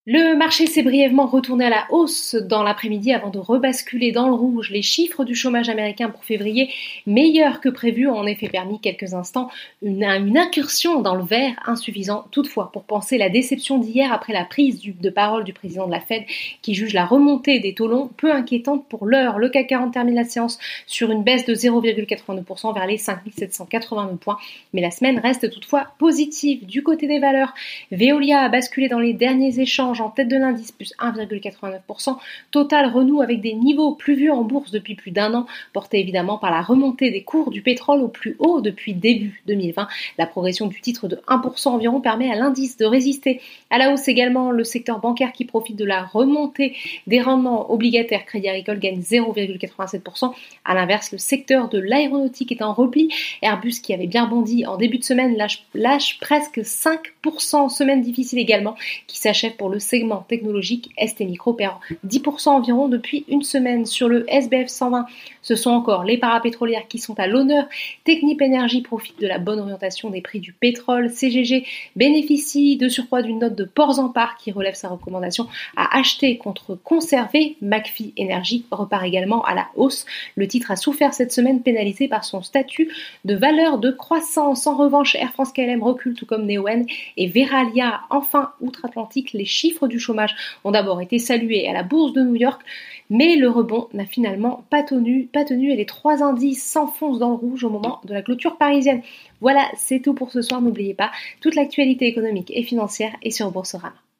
Le marché s'est brièvement retourné à la hausse dans l'après-midi avant de rebasculer dans le rouge. Les chiffres du chômage américain pour février, meilleurs que prévu, ont en effet permis quelques instants une incursion dans le vert, insuffisant toutefois pour penser la déception d'hier après la prise de parole du président de la Fed qui juge la remontée des taux longs peu inquiétante pour l'heure. Le CAC 40 termine la séance sur une baisse de 0,82% vers les 5782 points, mais la semaine reste toutefois positive. Du côté des valeurs, Veolia a basculé dans les derniers échanges en tête de l'indice, plus 1,89%. Total renoue avec des niveaux plus vus en bourse depuis plus d'un an, portés évidemment par la remontée des cours du pétrole au plus haut depuis début 2020. La progression du titre de 1% environ permet à l'indice de résister. À la hausse également, le secteur bancaire qui profite de la remontée des rendements obligataires. Crédit Agricole gagne 0,87%. À l'inverse, le secteur de l'aéronautique est en repli. Airbus, qui avait bien bondi en début de semaine, lâche presque 5%. Semaine difficile également, qui s'achève pour le segment technologique. ST Micro perd 10% environ depuis une semaine. Sur le SBF 120, ce sont encore les parapétrolières qui sont à l'honneur. Technip Energy profite de la bonne orientation des prix du pétrole. CGG bénéficie de surcroît d'une note de Ports-en-Par qui relève sa recommandation à acheter contre conserver. McPhy Energy repart également à la hausse. Le titre a souffert cette semaine, pénalisé par son statut de valeur de croissance. En revanche, Air France KLM recule tout comme Neoen et Verallia. Enfin, outre-Atlantique, les chiffres du chômage ont d'abord été salués à la bourse de New York, mais le rebond n'a finalement pas tenu et les trois indices s'enfoncent dans le rouge au moment de la clôture parisienne. Voilà, c'est tout pour ce soir. N'oubliez pas, toute l'actualité économique et financière est sur Boursorama.